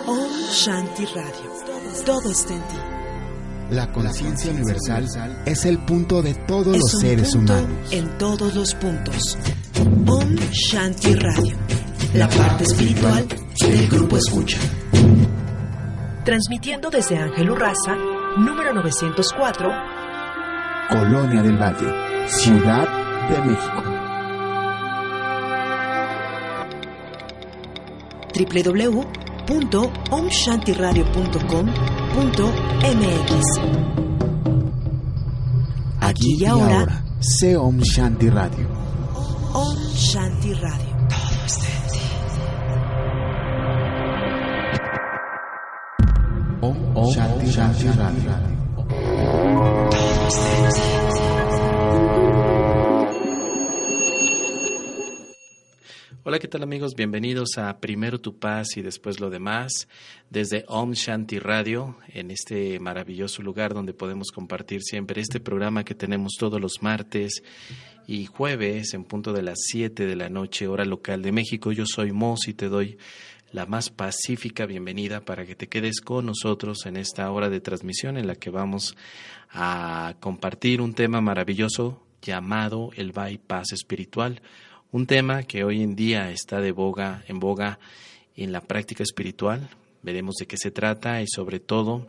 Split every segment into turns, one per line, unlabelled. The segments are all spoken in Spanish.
Om Shanti Radio. Todo está en ti.
La conciencia universal es el punto de todos los seres humanos.
En todos los puntos. Om Shanti Radio. La parte espiritual del Grupo Escucha. Transmitiendo desde Ángel Urraza, número 904,
Colonia del Valle, Ciudad de México.
www.omshantiradio.com.mx.
Aquí y ahora, sé Om Shanti Radio.
Om Shanti Radio. Todo está en ti.
Om Shanti Radio.
Todo está en ti.
Hola, ¿qué tal amigos? Bienvenidos a Primero tu Paz y después lo demás, desde Om Shanti Radio, en este maravilloso lugar donde podemos compartir siempre este programa que tenemos todos los martes y jueves en punto de las 7 de la noche, hora local de México. Yo soy Mos y te doy la más pacífica bienvenida para que te quedes con nosotros en esta hora de transmisión en la que vamos a compartir un tema maravilloso llamado el bypass espiritual. Un tema que hoy en día está en boga en la práctica espiritual. Veremos de qué se trata y sobre todo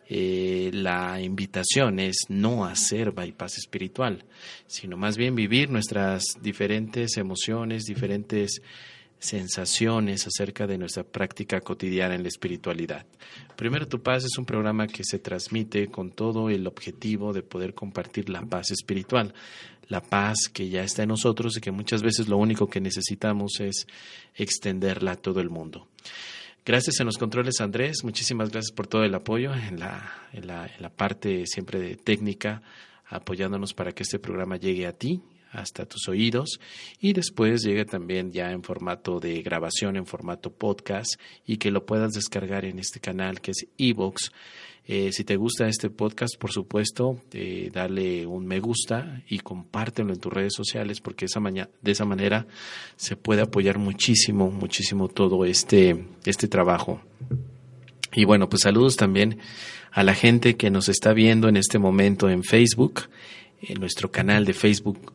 la invitación es no hacer bypass espiritual, sino más bien vivir nuestras diferentes emociones, diferentes sensaciones acerca de nuestra práctica cotidiana en la espiritualidad. Primero tu Paz es un programa que se transmite con todo el objetivo de poder compartir la paz espiritual, la paz que ya está en nosotros y que muchas veces lo único que necesitamos es extenderla a todo el mundo. Gracias en los controles, Andrés, muchísimas gracias por todo el apoyo en la parte siempre de técnica, apoyándonos para que este programa llegue a ti, hasta tus oídos, y después llegue también ya en formato de grabación, en formato podcast, y que lo puedas descargar en este canal que es iVoox. Si te gusta este podcast, por supuesto, dale un me gusta y compártelo en tus redes sociales, porque de esa manera se puede apoyar muchísimo todo este trabajo. Y bueno, pues saludos también a la gente que nos está viendo en este momento en Facebook, en nuestro canal de Facebook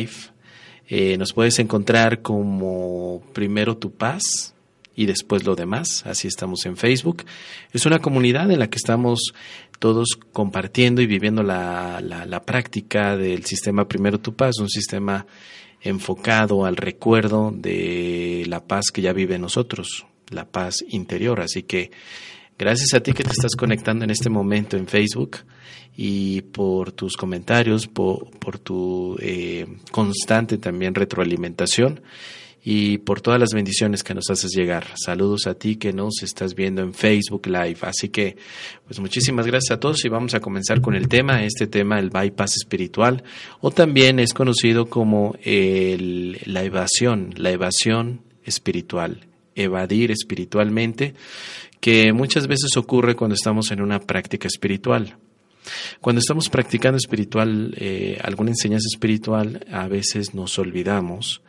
Live. Nos puedes encontrar como Primero tu Paz y después lo demás, así estamos en Facebook. Es una comunidad en la que estamos todos compartiendo y viviendo la práctica del sistema Primero tu Paz, un sistema enfocado al recuerdo de la paz que ya vive en nosotros, la paz interior. Así que gracias a ti que te estás conectando en este momento en Facebook y por tus comentarios, por tu constante también retroalimentación y por todas las bendiciones que nos haces llegar. Saludos a ti que nos estás viendo en Facebook Live. Así que, pues muchísimas gracias a todos y vamos a comenzar con el tema, el bypass espiritual, o también es conocido como la evasión espiritual, evadir espiritualmente, que muchas veces ocurre cuando estamos en una práctica espiritual. Cuando estamos practicando alguna enseñanza espiritual, a veces nos olvidamos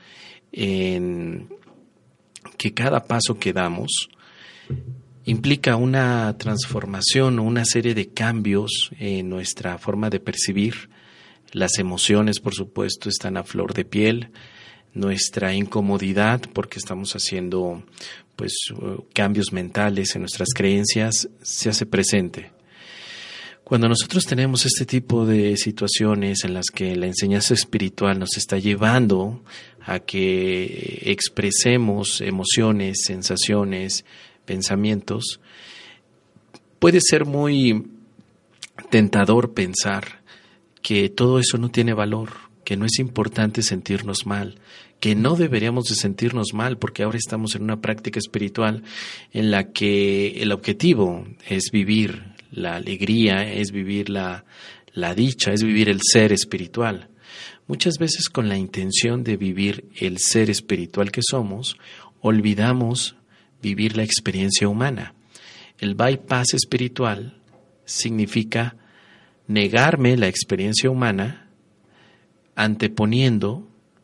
en que cada paso que damos implica una transformación o una serie de cambios en nuestra forma de percibir. Las emociones, por supuesto, están a flor de piel. Nuestra incomodidad, porque estamos haciendo cambios mentales en nuestras creencias, se hace presente. Cuando nosotros tenemos este tipo de situaciones en las que la enseñanza espiritual nos está llevando a que expresemos emociones, sensaciones, pensamientos, puede ser muy tentador pensar que todo eso no tiene valor, que no es importante sentirnos mal, que no deberíamos de sentirnos mal porque ahora estamos en una práctica espiritual en la que el objetivo es vivir la alegría, es vivir la dicha, es vivir el ser espiritual. Muchas veces con la intención de vivir el ser espiritual que somos, olvidamos vivir la experiencia humana. El bypass espiritual significa negarme la experiencia humana anteponiendo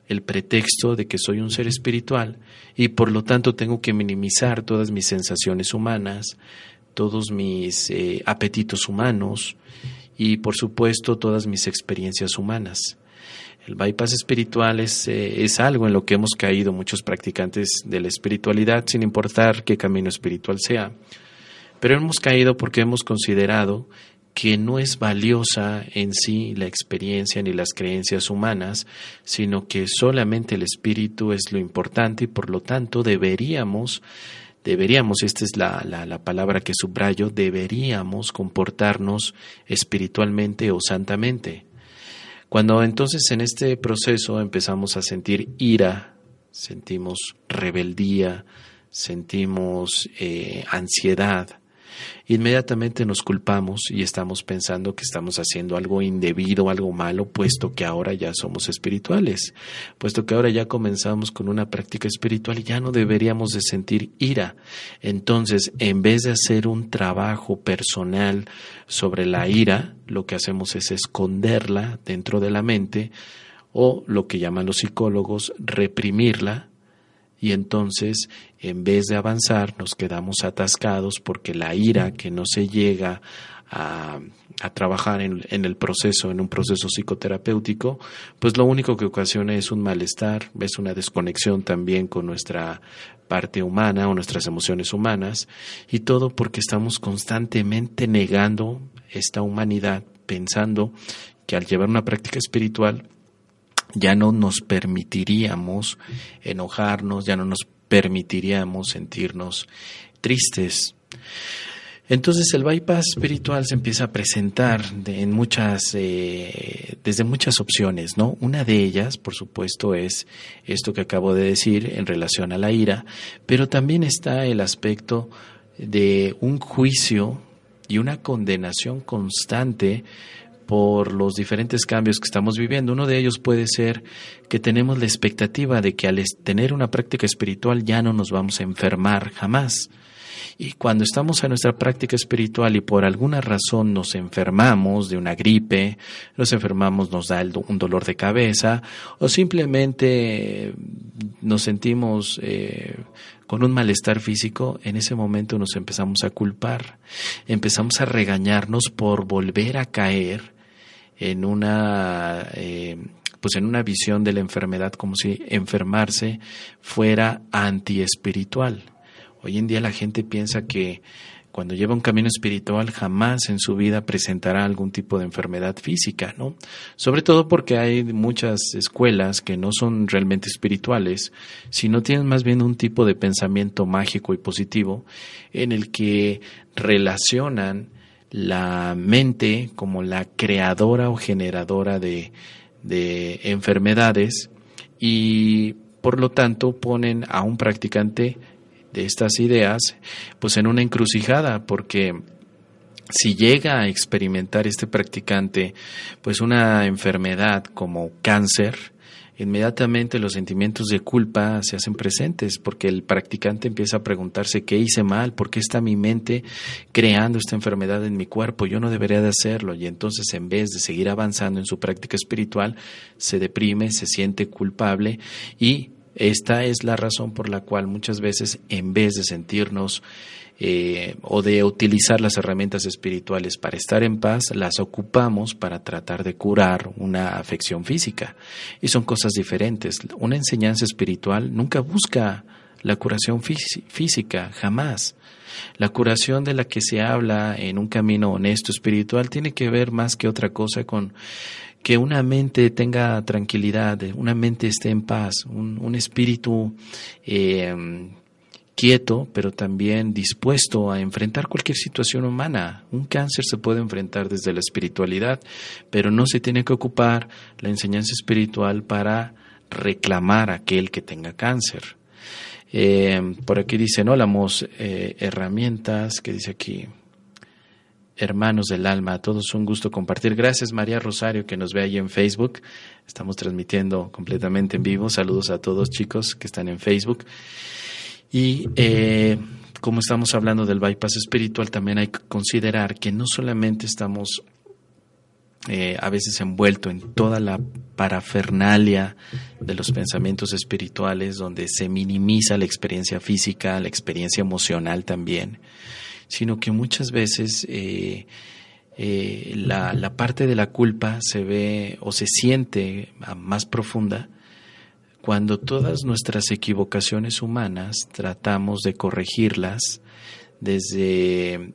el pretexto de que soy un ser espiritual y por lo tanto tengo que minimizar todas mis sensaciones humanas, todos mis apetitos humanos y por supuesto todas mis experiencias humanas. El bypass espiritual es algo en lo que hemos caído muchos practicantes de la espiritualidad, sin importar qué camino espiritual sea. Pero hemos caído porque hemos considerado que no es valiosa en sí la experiencia ni las creencias humanas, sino que solamente el espíritu es lo importante y por lo tanto deberíamos, esta es la palabra que subrayo, deberíamos comportarnos espiritualmente o santamente. Cuando entonces en este proceso empezamos a sentir ira, sentimos rebeldía, sentimos ansiedad, inmediatamente nos culpamos y estamos pensando que estamos haciendo algo indebido, algo malo, puesto que ahora ya somos espirituales, puesto que ahora ya comenzamos con una práctica espiritual y ya no deberíamos de sentir ira. Entonces, en vez de hacer un trabajo personal sobre la ira, lo que hacemos es esconderla dentro de la mente o lo que llaman los psicólogos reprimirla. Y entonces, en vez de avanzar, nos quedamos atascados porque la ira que no se llega a trabajar en el proceso, en un proceso psicoterapéutico, pues lo único que ocasiona es un malestar, es una desconexión también con nuestra parte humana o nuestras emociones humanas, y todo porque estamos constantemente negando esta humanidad, pensando que al llevar una práctica espiritual, ya no nos permitiríamos enojarnos, ya no nos permitiríamos sentirnos tristes. Entonces el bypass espiritual se empieza a presentar desde muchas opciones, ¿no? Una de ellas, por supuesto, es esto que acabo de decir en relación a la ira, pero también está el aspecto de un juicio y una condenación constante por los diferentes cambios que estamos viviendo. Uno de ellos puede ser que tenemos la expectativa de que al tener una práctica espiritual ya no nos vamos a enfermar jamás. Y cuando estamos en nuestra práctica espiritual y por alguna razón nos enfermamos de una gripe, nos da un dolor de cabeza o simplemente nos sentimos con un malestar físico, en ese momento nos empezamos a culpar, empezamos a regañarnos por volver a caer en una visión de la enfermedad como si enfermarse fuera antiespiritual. Hoy en día la gente piensa que cuando lleva un camino espiritual jamás en su vida presentará algún tipo de enfermedad física, ¿no? Sobre todo porque hay muchas escuelas que no son realmente espirituales, sino tienen más bien un tipo de pensamiento mágico y positivo en el que relacionan la mente como la creadora o generadora de enfermedades y por lo tanto ponen a un practicante de estas ideas pues en una encrucijada, porque si llega a experimentar este practicante pues una enfermedad como cáncer, inmediatamente los sentimientos de culpa se hacen presentes porque el practicante empieza a preguntarse ¿qué hice mal? ¿Por qué está mi mente creando esta enfermedad en mi cuerpo? Yo no debería de hacerlo. Y entonces en vez de seguir avanzando en su práctica espiritual se deprime, se siente culpable y esta es la razón por la cual muchas veces en vez de sentirnos o de utilizar las herramientas espirituales para estar en paz, las ocupamos para tratar de curar una afección física. Y son cosas diferentes. Una enseñanza espiritual nunca busca la curación física, jamás. La curación de la que se habla en un camino honesto espiritual tiene que ver más que otra cosa con que una mente tenga tranquilidad, una mente esté en paz, un espíritu quieto, pero también dispuesto a enfrentar cualquier situación humana. Un cáncer se puede enfrentar desde la espiritualidad, pero no se tiene que ocupar la enseñanza espiritual para reclamar a aquel que tenga cáncer. Por aquí dicen, hola, herramientas, ¿qué dice aquí? Hermanos del alma, a todos un gusto compartir. Gracias María Rosario que nos ve ahí en Facebook. Estamos transmitiendo completamente en vivo. Saludos a todos chicos que están en Facebook. Y como estamos hablando del bypass espiritual, también hay que considerar que no solamente estamos a veces envuelto en toda la parafernalia de los pensamientos espirituales, donde se minimiza la experiencia física, la experiencia emocional también, sino que muchas veces la parte de la culpa se ve o se siente más profunda cuando todas nuestras equivocaciones humanas tratamos de corregirlas desde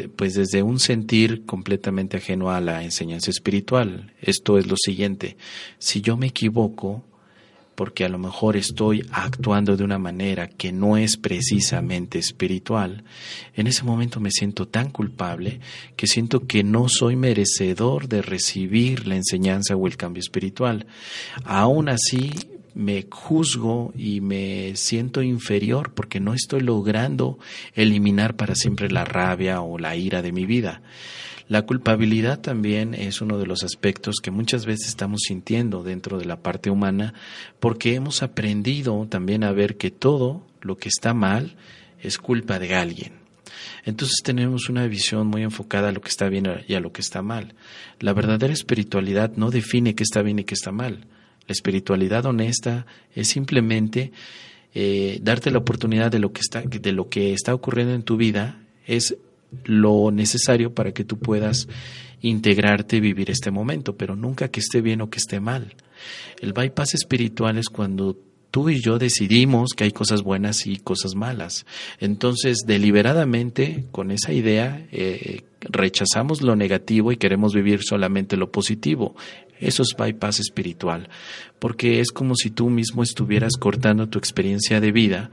un sentir completamente ajeno a la enseñanza espiritual. Esto es lo siguiente: si yo me equivoco porque a lo mejor estoy actuando de una manera que no es precisamente espiritual, en ese momento me siento tan culpable que siento que no soy merecedor de recibir la enseñanza o el cambio espiritual. Aún así, me juzgo y me siento inferior porque no estoy logrando eliminar para siempre la rabia o la ira de mi vida. La culpabilidad también es uno de los aspectos que muchas veces estamos sintiendo dentro de la parte humana, porque hemos aprendido también a ver que todo lo que está mal es culpa de alguien. Entonces tenemos una visión muy enfocada a lo que está bien y a lo que está mal. La verdadera espiritualidad no define qué está bien y qué está mal. La espiritualidad honesta es simplemente darte la oportunidad de lo que está ocurriendo en tu vida, es lo necesario para que tú puedas integrarte y vivir este momento, pero nunca que esté bien o que esté mal. El bypass espiritual es cuando tú y yo decidimos que hay cosas buenas y cosas malas. Entonces, deliberadamente, con esa idea, rechazamos lo negativo y queremos vivir solamente lo positivo. Eso es bypass espiritual, porque es como si tú mismo estuvieras cortando tu experiencia de vida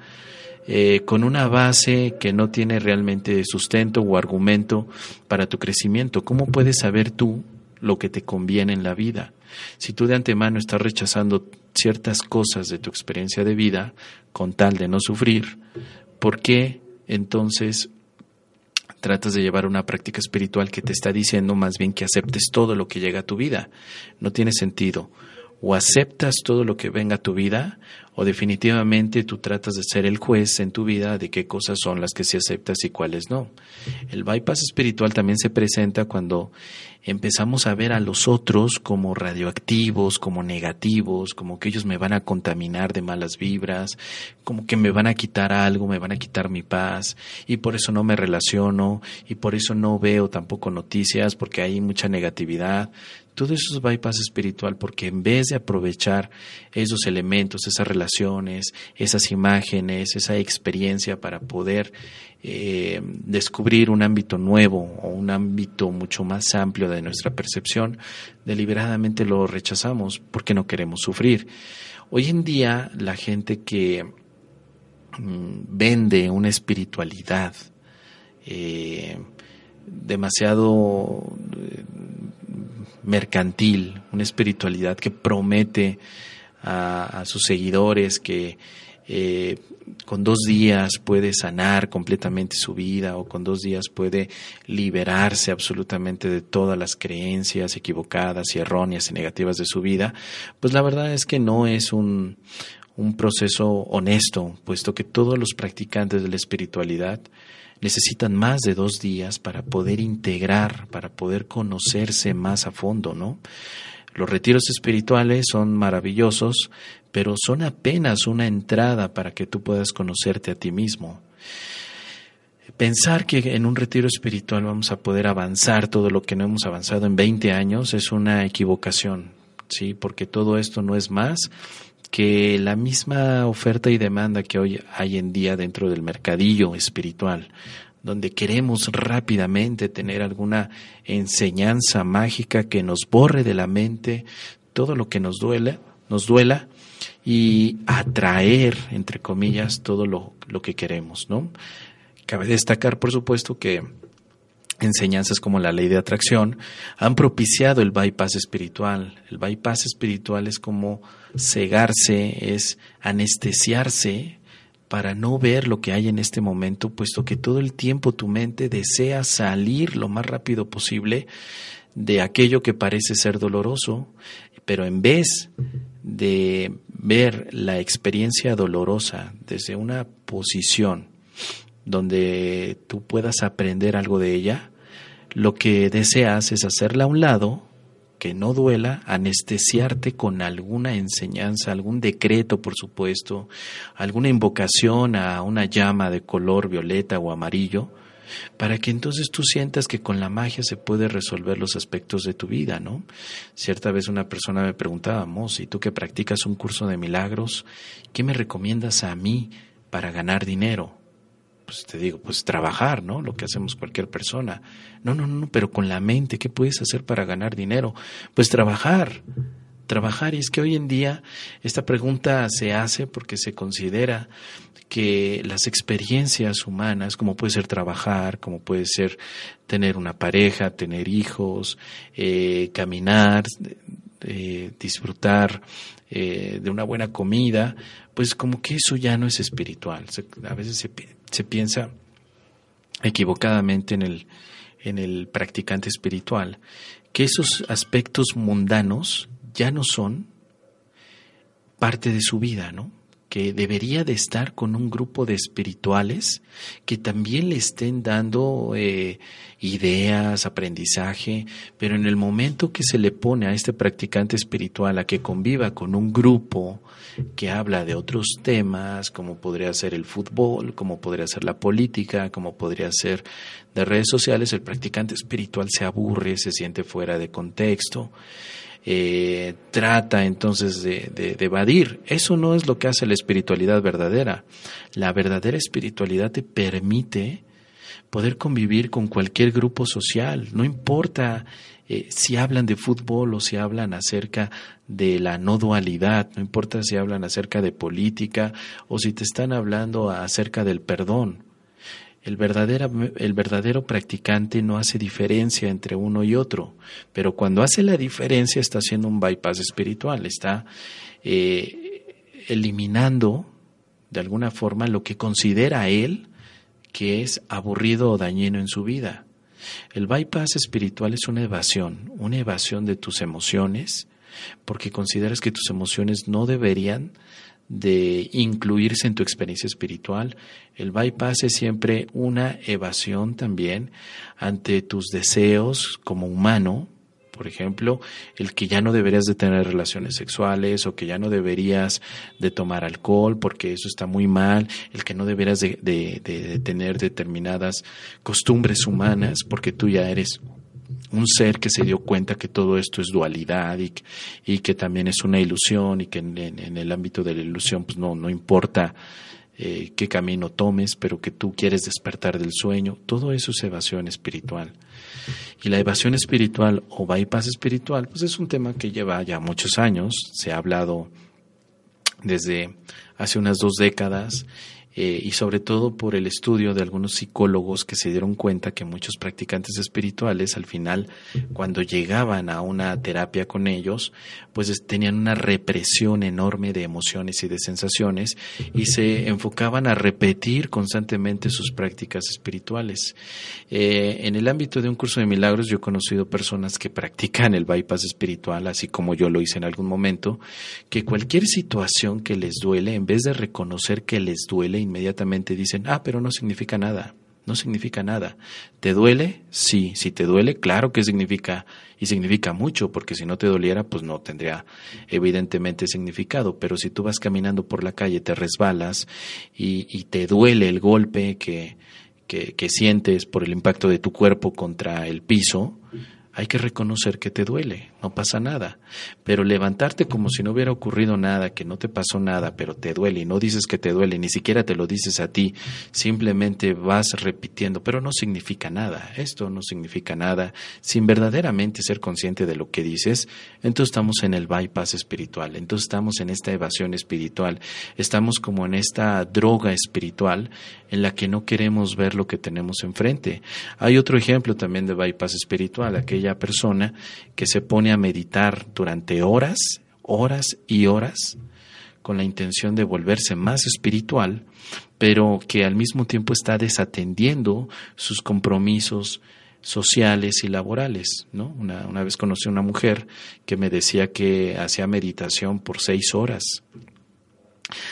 con una base que no tiene realmente sustento o argumento para tu crecimiento. ¿Cómo puedes saber tú lo que te conviene en la vida? Si tú de antemano estás rechazando ciertas cosas de tu experiencia de vida con tal de no sufrir, ¿por qué entonces tratas de llevar una práctica espiritual que te está diciendo más bien que aceptes todo lo que llega a tu vida? No tiene sentido. O aceptas todo lo que venga a tu vida, o definitivamente tú tratas de ser el juez en tu vida de qué cosas son las que sí aceptas y cuáles no. El bypass espiritual también se presenta cuando empezamos a ver a los otros como radioactivos, como negativos, como que ellos me van a contaminar de malas vibras, como que me van a quitar algo, me van a quitar mi paz, y por eso no me relaciono, y por eso no veo tampoco noticias, porque hay mucha negatividad. Todo eso es bypass espiritual, porque en vez de aprovechar esos elementos, esas relaciones, esas imágenes, esa experiencia para poder descubrir un ámbito nuevo o un ámbito mucho más amplio de nuestra percepción, deliberadamente lo rechazamos porque no queremos sufrir. Hoy en día la gente que vende una espiritualidad demasiado mercantil, una espiritualidad que promete a sus seguidores que con 2 días puede sanar completamente su vida, o con 2 días puede liberarse absolutamente de todas las creencias equivocadas y erróneas y negativas de su vida, pues la verdad es que no es un proceso honesto, puesto que todos los practicantes de la espiritualidad necesitan más de 2 días para poder integrar, para poder conocerse más a fondo, ¿no? Los retiros espirituales son maravillosos, pero son apenas una entrada para que tú puedas conocerte a ti mismo. Pensar que en un retiro espiritual vamos a poder avanzar todo lo que no hemos avanzado en 20 años es una equivocación, ¿sí? Porque todo esto no es más que la misma oferta y demanda que hoy hay en día dentro del mercadillo espiritual, donde queremos rápidamente tener alguna enseñanza mágica que nos borre de la mente todo lo que nos duela y atraer, entre comillas, todo lo que queremos, ¿no? Cabe destacar, por supuesto, que enseñanzas como la ley de atracción han propiciado el bypass espiritual. El bypass espiritual es como cegarse, es anestesiarse para no ver lo que hay en este momento, puesto que todo el tiempo tu mente desea salir lo más rápido posible de aquello que parece ser doloroso, pero en vez de ver la experiencia dolorosa desde una posición donde tú puedas aprender algo de ella, lo que deseas es hacerla a un lado que no duela, anestesiarte con alguna enseñanza, algún decreto, por supuesto, alguna invocación a una llama de color violeta o amarillo, para que entonces tú sientas que con la magia se puede resolver los aspectos de tu vida, ¿no? Cierta vez una persona me preguntaba: ¿y tú que practicas un curso de milagros, qué me recomiendas a mí para ganar dinero? Pues te digo, pues trabajar, ¿no? Lo que hacemos cualquier persona. No, pero con la mente, ¿qué puedes hacer para ganar dinero? Pues trabajar. Y es que hoy en día esta pregunta se hace porque se considera que las experiencias humanas, como puede ser trabajar, como puede ser tener una pareja, tener hijos, caminar, disfrutar de una buena comida, pues como que eso ya no es espiritual. A veces se piensa equivocadamente en el practicante espiritual que esos aspectos mundanos ya no son parte de su vida, ¿no? Que debería de estar con un grupo de espirituales que también le estén dando ideas, aprendizaje, pero en el momento que se le pone a este practicante espiritual a que conviva con un grupo que habla de otros temas, como podría ser el fútbol, como podría ser la política, como podría ser de redes sociales, el practicante espiritual se aburre, se siente fuera de contexto. Trata entonces de evadir. Eso no es lo que hace la espiritualidad verdadera. La verdadera espiritualidad te permite poder convivir con cualquier grupo social, no importa si hablan de fútbol o si hablan acerca de la no dualidad, no importa si hablan acerca de política o si te están hablando acerca del perdón. El verdadero practicante no hace diferencia entre uno y otro, pero cuando hace la diferencia está haciendo un bypass espiritual, está eliminando de alguna forma lo que considera él que es aburrido o dañino en su vida. El bypass espiritual es una evasión de tus emociones, porque consideras que tus emociones no deberían de incluirse en tu experiencia espiritual. El bypass es siempre una evasión también ante tus deseos como humano. Por ejemplo, el que ya no deberías de tener relaciones sexuales o que ya no deberías de tomar alcohol porque eso está muy mal, el que no deberías de tener determinadas costumbres humanas porque tú ya eres un ser que se dio cuenta que todo esto es dualidad y que también es una ilusión y que en el ámbito de la ilusión pues no importa qué camino tomes, pero que tú quieres despertar del sueño. Todo eso es evasión espiritual. Y la evasión espiritual o bypass espiritual pues es un tema que lleva ya muchos años, se ha hablado desde hace unas 2 décadas, y sobre todo por el estudio de algunos psicólogos que se dieron cuenta que muchos practicantes espirituales al final, cuando llegaban a una terapia con ellos, pues tenían una represión enorme de emociones y de sensaciones y se enfocaban a repetir constantemente sus prácticas espirituales. En el ámbito de un curso de milagros yo he conocido personas que practican el bypass espiritual, así como yo lo hice en algún momento, que cualquier situación que les duele, en vez de reconocer que les duele, inmediatamente dicen, pero no significa nada, no significa nada. ¿Te duele? Sí, si te duele, claro que significa, y significa mucho, porque si no te doliera, pues no tendría evidentemente significado, pero si tú vas caminando por la calle, te resbalas y te duele el golpe que sientes por el impacto de tu cuerpo contra el piso, hay que reconocer que te duele, no pasa nada, pero levantarte como si no hubiera ocurrido nada, que no te pasó nada, pero te duele y no dices que te duele, ni siquiera te lo dices a ti, simplemente vas repitiendo, pero no significa nada, esto no significa nada, sin verdaderamente ser consciente de lo que dices, entonces estamos en el bypass espiritual, entonces estamos en esta evasión espiritual, estamos como en esta droga espiritual en la que no queremos ver lo que tenemos enfrente. Hay otro ejemplo también de bypass espiritual, aquella persona que se pone a meditar durante horas y horas con la intención de volverse más espiritual, pero que al mismo tiempo está desatendiendo sus compromisos sociales y laborales, ¿no? Una vez conocí a una mujer que me decía que hacía meditación por 6 horas.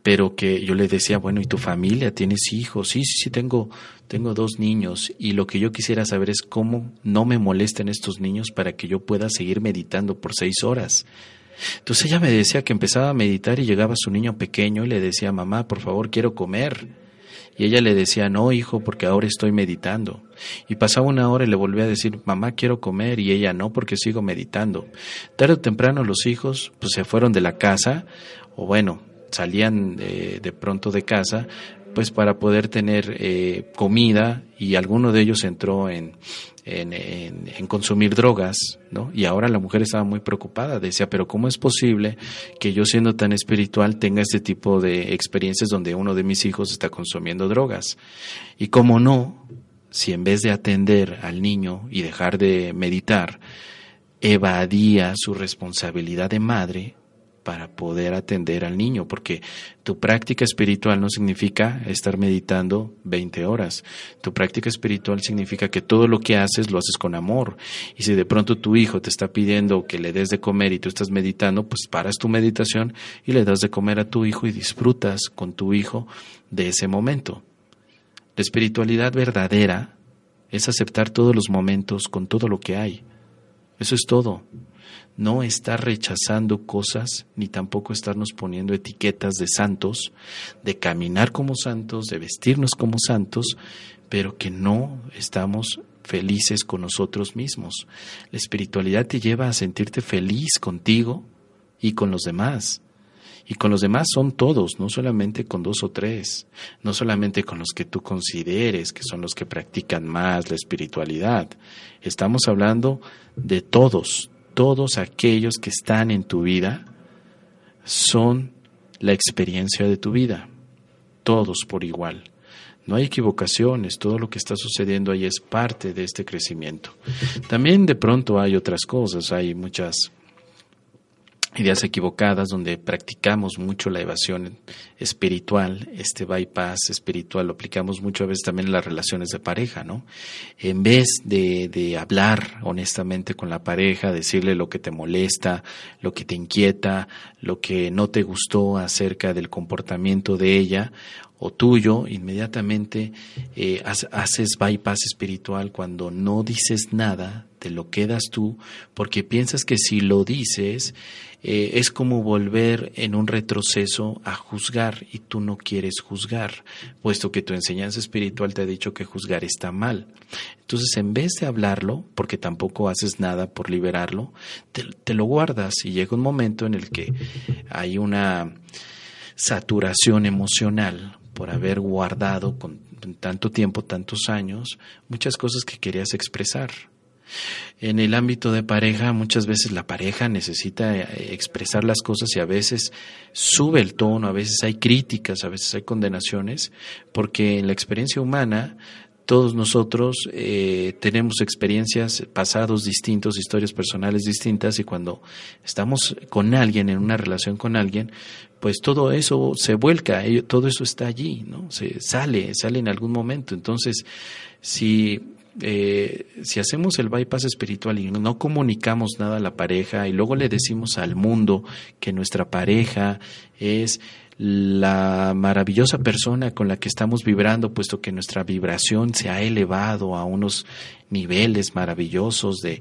pero que yo le decía, bueno, ¿y tu familia? ¿Tienes hijos? Sí, tengo 2 niños, y lo que yo quisiera saber es cómo no me molesten estos niños para que yo pueda seguir meditando por 6 horas. Entonces ella me decía que empezaba a meditar y llegaba su niño pequeño y le decía, mamá, por favor, quiero comer. Y ella le decía, no, hijo, porque ahora estoy meditando. Y pasaba 1 hora y le volvía a decir, mamá, quiero comer, y ella, no, porque sigo meditando. Tarde o temprano los hijos pues se fueron de la casa, o bueno, salían de pronto de casa, pues para poder tener comida, y alguno de ellos entró en consumir drogas, ¿no? Y ahora la mujer estaba muy preocupada, decía, pero ¿cómo es posible que yo, siendo tan espiritual, tenga este tipo de experiencias donde uno de mis hijos está consumiendo drogas? Y cómo no, si en vez de atender al niño y dejar de meditar, evadía su responsabilidad de madre para poder atender al niño, porque tu práctica espiritual no significa estar meditando 20 horas. Tu práctica espiritual significa que todo lo que haces lo haces con amor. Y si de pronto tu hijo te está pidiendo que le des de comer y tú estás meditando, pues paras tu meditación y le das de comer a tu hijo y disfrutas con tu hijo de ese momento. La espiritualidad verdadera es aceptar todos los momentos con todo lo que hay. Eso es todo. No estar rechazando cosas, ni tampoco estarnos poniendo etiquetas de santos, de caminar como santos, de vestirnos como santos, pero que no estamos felices con nosotros mismos. La espiritualidad te lleva a sentirte feliz contigo y con los demás. Y con los demás son todos, no solamente con 2 o 3, no solamente con los que tú consideres que son los que practican más la espiritualidad. Estamos hablando de todos aquellos que están en tu vida son la experiencia de tu vida, todos por igual. No hay equivocaciones, todo lo que está sucediendo ahí es parte de este crecimiento. También de pronto hay otras cosas, hay muchas ideas equivocadas donde practicamos mucho la evasión espiritual, este bypass espiritual lo aplicamos mucho a veces también en las relaciones de pareja, ¿no? En vez de hablar honestamente con la pareja, decirle lo que te molesta, lo que te inquieta, lo que no te gustó acerca del comportamiento de ella o tuyo, inmediatamente haces bypass espiritual cuando no dices nada, te lo quedas tú, porque piensas que si lo dices es como volver en un retroceso a juzgar, y tú no quieres juzgar, puesto que tu enseñanza espiritual te ha dicho que juzgar está mal. Entonces, en vez de hablarlo, porque tampoco haces nada por liberarlo, te lo guardas, y llega un momento en el que hay una saturación emocional por haber guardado con tanto tiempo, tantos años, muchas cosas que querías expresar. En el ámbito de pareja, muchas veces la pareja necesita expresar las cosas y a veces sube el tono, a veces hay críticas, a veces hay condenaciones, porque en la experiencia humana todos nosotros tenemos experiencias, pasados distintos, historias personales distintas, y cuando estamos con alguien, en una relación con alguien, pues todo eso se vuelca, todo eso está allí, ¿no? Sale en algún momento. Entonces, si hacemos el bypass espiritual y no comunicamos nada a la pareja y luego le decimos al mundo que nuestra pareja es la maravillosa persona con la que estamos vibrando, puesto que nuestra vibración se ha elevado a unos niveles maravillosos de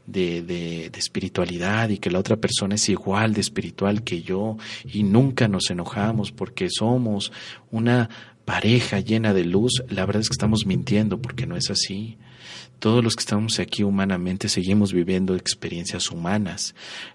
espiritualidad, y que la otra persona es igual de espiritual que yo, y nunca nos enojamos porque somos una pareja llena de luz, la verdad es que estamos mintiendo, porque no es así. Todos los que estamos aquí humanamente seguimos viviendo experiencias humanas.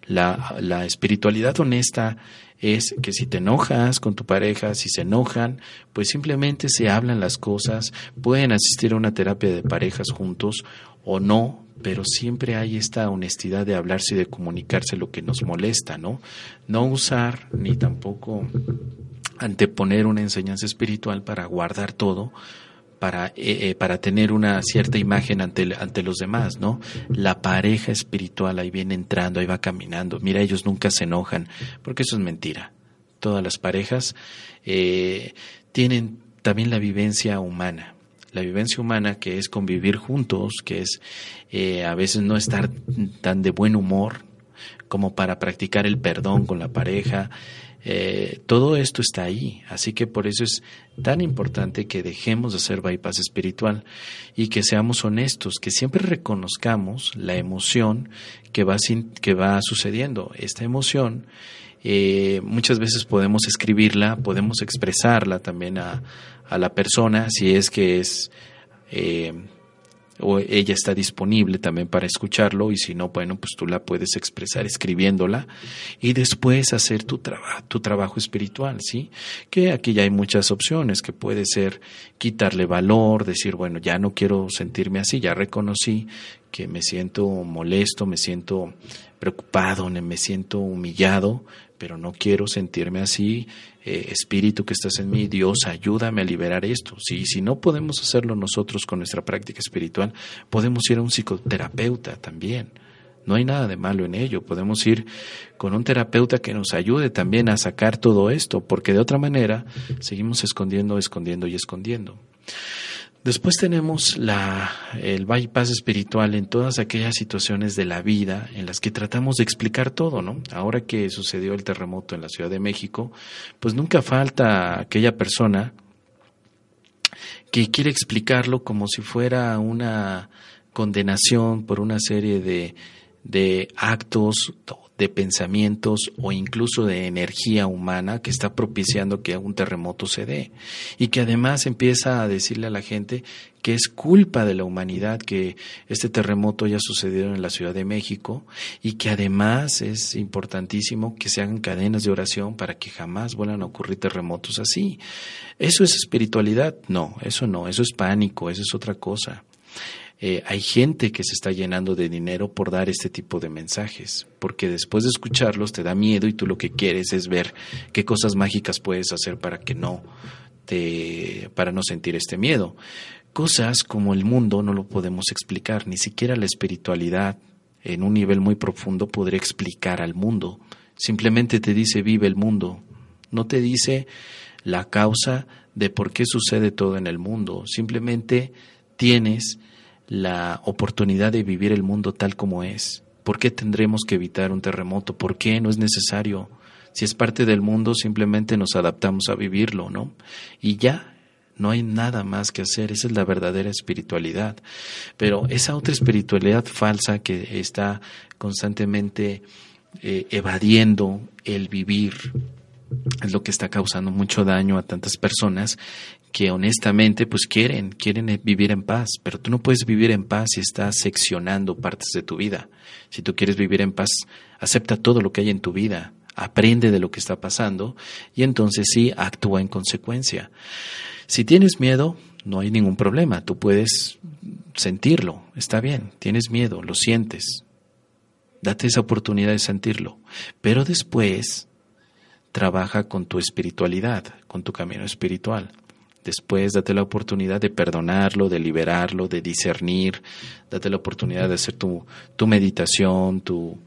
La espiritualidad honesta es que si te enojas con tu pareja, si se enojan, pues simplemente se hablan las cosas, pueden asistir a una terapia de parejas juntos o no, pero siempre hay esta honestidad de hablarse y de comunicarse lo que nos molesta, ¿no? No usar ni tampoco anteponer una enseñanza espiritual para guardar todo, para tener una cierta imagen ante los demás, ¿no? La pareja espiritual ahí viene entrando, ahí va caminando. Mira, ellos nunca se enojan, porque eso es mentira. Todas las parejas tienen también la vivencia humana. La vivencia humana, que es convivir juntos, que es a veces no estar tan de buen humor como para practicar el perdón con la pareja, Todo esto está ahí, así que por eso es tan importante que dejemos de hacer bypass espiritual y que seamos honestos, que siempre reconozcamos la emoción que va sucediendo. Esta emoción muchas veces podemos escribirla, podemos expresarla también a la persona, si es que es o ella está disponible también para escucharlo, y si no, bueno, pues tú la puedes expresar escribiéndola y después hacer tu trabajo espiritual, ¿sí? Que aquí ya hay muchas opciones, que puede ser quitarle valor, decir, bueno, ya no quiero sentirme así, ya reconocí que me siento molesto, me siento preocupado, me siento humillado, pero no quiero sentirme así. Espíritu que estás en mí, Dios, ayúdame a liberar esto. Sí, si no podemos hacerlo nosotros con nuestra práctica espiritual, podemos ir a un psicoterapeuta también. No hay nada de malo en ello. Podemos ir con un terapeuta que nos ayude también a sacar todo esto, porque de otra manera seguimos escondiendo. Después tenemos el bypass espiritual en todas aquellas situaciones de la vida en las que tratamos de explicar todo, ¿no? Ahora que sucedió el terremoto en la Ciudad de México, pues nunca falta aquella persona que quiere explicarlo como si fuera una condenación por una serie de actos, de pensamientos o incluso de energía humana que está propiciando que un terremoto se dé, y que además empieza a decirle a la gente que es culpa de la humanidad que este terremoto haya sucedido en la Ciudad de México, y que además es importantísimo que se hagan cadenas de oración para que jamás vuelvan a ocurrir terremotos así. ¿Eso es espiritualidad? No, eso es pánico, eso es otra cosa. Hay gente que se está llenando de dinero por dar este tipo de mensajes, porque después de escucharlos te da miedo y tú lo que quieres es ver qué cosas mágicas puedes hacer para no sentir este miedo. Cosas como el mundo no lo podemos explicar, ni siquiera la espiritualidad en un nivel muy profundo podría explicar al mundo. Simplemente te dice vive el mundo, no te dice la causa de por qué sucede todo en el mundo. Simplemente tienes la oportunidad de vivir el mundo tal como es. ¿Por qué tendremos que evitar un terremoto? ¿Por qué? No es necesario. Si es parte del mundo, simplemente nos adaptamos a vivirlo, ¿no? Y ya, no hay nada más que hacer. Esa es la verdadera espiritualidad. Pero esa otra espiritualidad falsa que está constantemente evadiendo el vivir es lo que está causando mucho daño a tantas personas que honestamente pues quieren vivir en paz, pero tú no puedes vivir en paz si estás seccionando partes de tu vida. Si tú quieres vivir en paz, acepta todo lo que hay en tu vida, aprende de lo que está pasando y entonces sí, actúa en consecuencia. Si tienes miedo, no hay ningún problema, tú puedes sentirlo, está bien, tienes miedo, lo sientes, date esa oportunidad de sentirlo, pero después trabaja con tu espiritualidad, con tu camino espiritual. Después date la oportunidad de perdonarlo, de liberarlo, de discernir, date la oportunidad de hacer tu meditación,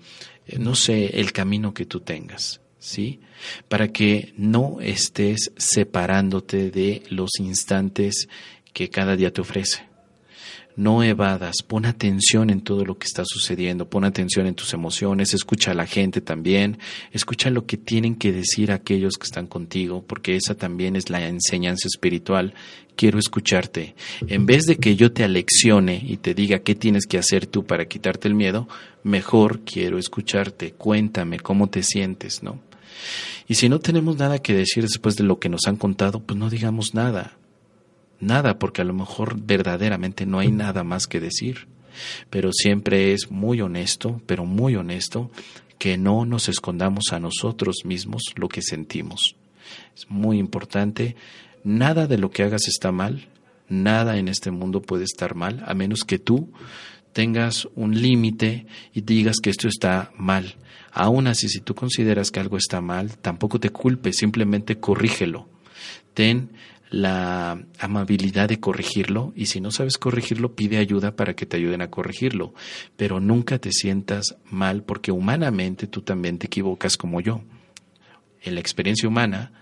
el camino que tú tengas, ¿sí? Para que no estés separándote de los instantes que cada día te ofrece. No evadas, pon atención en todo lo que está sucediendo, pon atención en tus emociones, escucha a la gente también, escucha lo que tienen que decir aquellos que están contigo, porque esa también es la enseñanza espiritual. Quiero escucharte. En vez de que yo te aleccione y te diga qué tienes que hacer tú para quitarte el miedo, mejor quiero escucharte, cuéntame cómo te sientes, ¿no? Y si no tenemos nada que decir después de lo que nos han contado, pues no digamos nada. Nada, porque a lo mejor verdaderamente no hay nada más que decir, pero siempre es muy honesto, pero muy honesto, que no nos escondamos a nosotros mismos lo que sentimos. Es muy importante, nada de lo que hagas está mal, nada en este mundo puede estar mal, a menos que tú tengas un límite y digas que esto está mal. Aún así, si tú consideras que algo está mal, tampoco te culpes, simplemente corrígelo. Ten la amabilidad de corregirlo, y si no sabes corregirlo, pide ayuda para que te ayuden a corregirlo, pero nunca te sientas mal, porque humanamente tú también te equivocas como yo. En la experiencia humana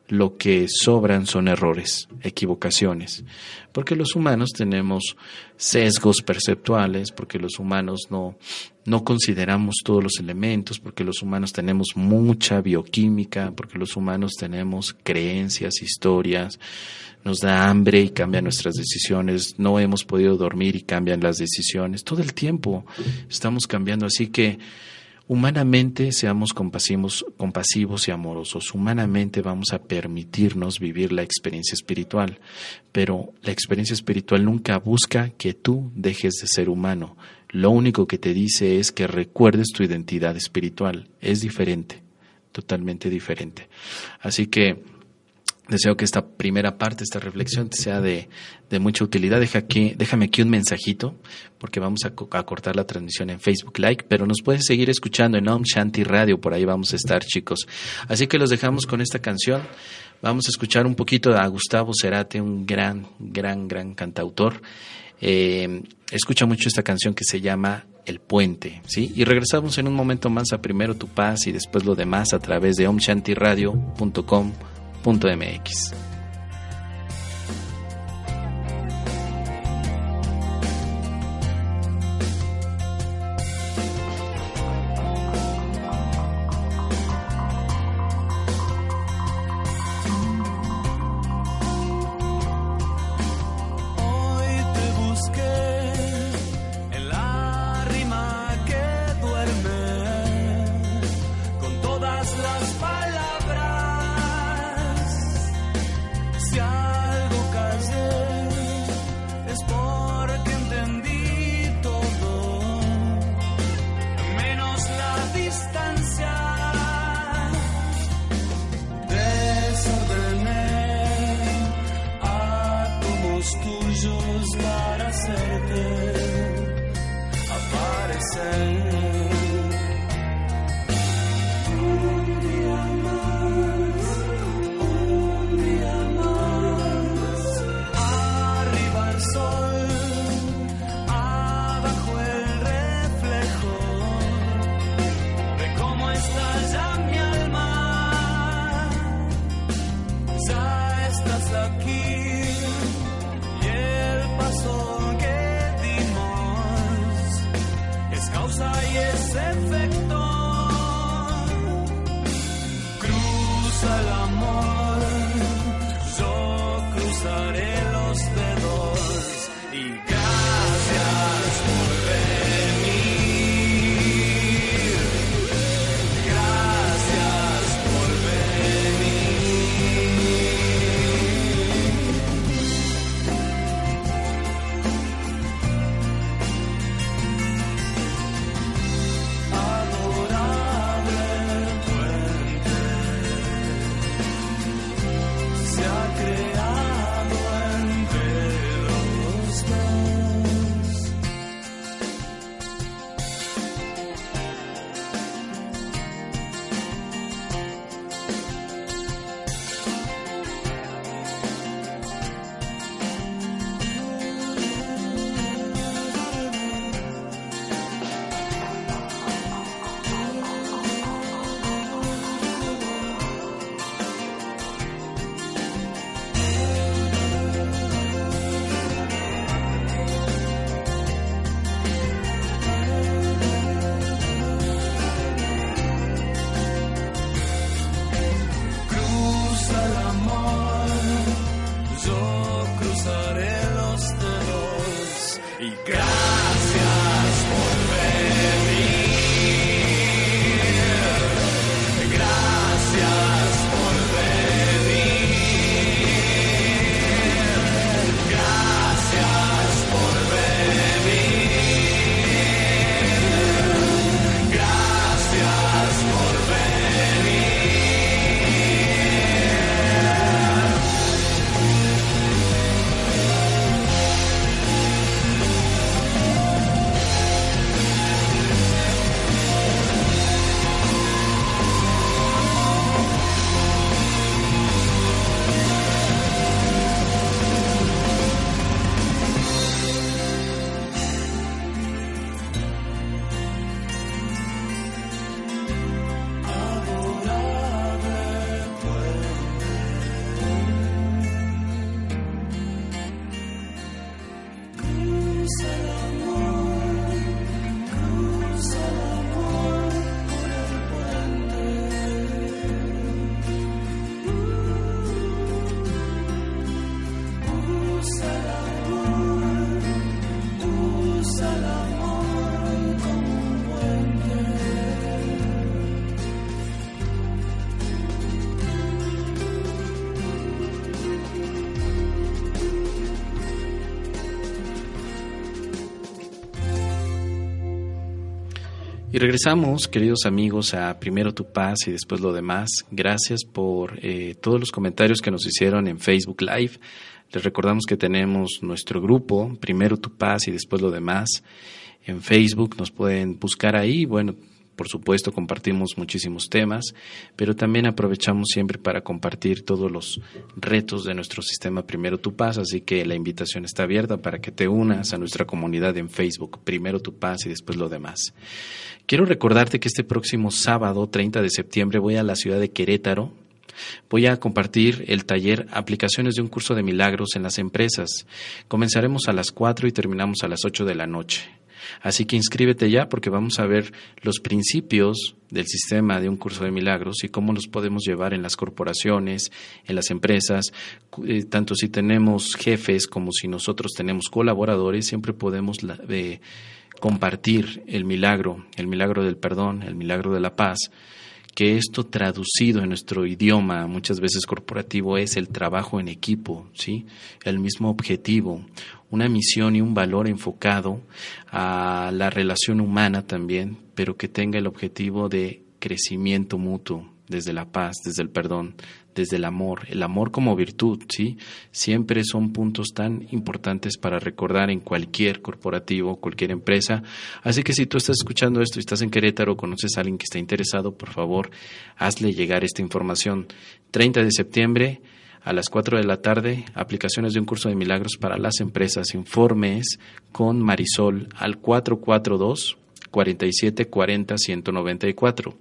lo que sobran son errores, equivocaciones, porque los humanos tenemos sesgos perceptuales, porque los humanos no consideramos todos los elementos, porque los humanos tenemos mucha bioquímica, porque los humanos tenemos creencias, historias, nos da hambre y cambian nuestras decisiones, no hemos podido dormir y cambian las decisiones, todo el tiempo estamos cambiando, así que humanamente seamos compasivos y amorosos. Humanamente vamos a permitirnos vivir la experiencia espiritual, pero la experiencia espiritual nunca busca que tú dejes de ser humano. Lo único que te dice es que recuerdes tu identidad espiritual. Es diferente, totalmente diferente. Así que deseo que esta primera parte, esta reflexión, te sea de mucha utilidad. Déjame aquí un mensajito, porque vamos a cortar la transmisión en Facebook Live, pero nos puedes seguir escuchando en Om Shanti Radio, por ahí vamos a estar, chicos. Así que los dejamos con esta canción. Vamos a escuchar un poquito a Gustavo Cerati, un gran cantautor. Escucha mucho esta canción que se llama El Puente, ¿sí? Y regresamos en un momento más a Primero Tu Paz y después lo demás a través de omshantiradio.com.mx.
Causa y
Y regresamos, queridos amigos, a Primero tu Paz y después lo demás. Gracias por todos los comentarios que nos hicieron en Facebook Live. Les recordamos que tenemos nuestro grupo, Primero tu Paz y después lo demás. En Facebook nos pueden buscar ahí. Bueno, por supuesto compartimos muchísimos temas, pero también aprovechamos siempre para compartir todos los retos de nuestro sistema Primero tu Paz, así que la invitación está abierta para que te unas a nuestra comunidad en Facebook, Primero tu Paz y después lo demás. Quiero recordarte que este próximo sábado, 30 de septiembre, voy a la ciudad de Querétaro. Voy a compartir el taller Aplicaciones de un curso de milagros en las empresas. Comenzaremos a las 4 y terminamos a las 8 de la noche. Así que inscríbete ya porque vamos a ver los principios del sistema de un curso de milagros y cómo los podemos llevar en las corporaciones, en las empresas, tanto si tenemos jefes como si nosotros tenemos colaboradores, siempre podemos compartir el milagro del perdón, el milagro de la paz, que esto traducido en nuestro idioma, muchas veces corporativo, es el trabajo en equipo, ¿sí? El mismo objetivo, una misión y un valor enfocado a la relación humana también, pero que tenga el objetivo de crecimiento mutuo, desde la paz, desde el perdón, desde el amor como virtud, ¿sí? Siempre son puntos tan importantes para recordar en cualquier corporativo, cualquier empresa. Así que si tú estás escuchando esto y estás en Querétaro o conoces a alguien que está interesado, por favor, hazle llegar esta información. 30 de septiembre a las 4 de la tarde, aplicaciones de un curso de milagros para las empresas. Informes con Marisol al 442-4740-194.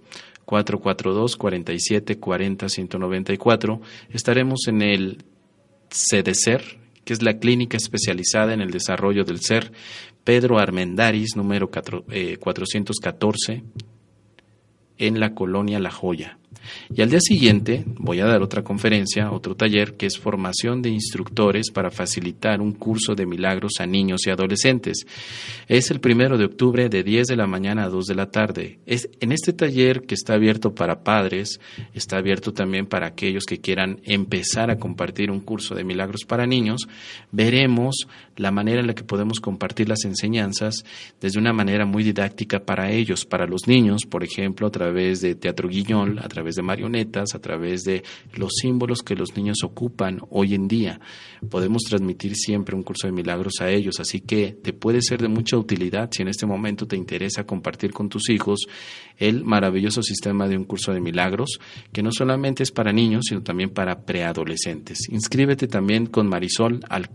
442-4740-194. Estaremos en el CDCER, que es la clínica especializada en el desarrollo del ser, Pedro Armendáriz, número 414, en la colonia La Joya. Y al día siguiente voy a dar otra conferencia, otro taller, que es formación de instructores para facilitar un curso de milagros a niños y adolescentes. Es el 1 de octubre de 10 de la mañana a 2 de la tarde. En este taller, que está abierto para padres, está abierto también para aquellos que quieran empezar a compartir un curso de milagros para niños, veremos la manera en la que podemos compartir las enseñanzas desde una manera muy didáctica para ellos, para los niños, por ejemplo, a través de teatro guiñol, a través de marionetas, a través de los símbolos que los niños ocupan hoy en día. Podemos transmitir siempre un curso de milagros a ellos, así que te puede ser de mucha utilidad si en este momento te interesa compartir con tus hijos el maravilloso sistema de un curso de milagros, que no solamente es para niños, sino también para preadolescentes. Inscríbete también con Marisol al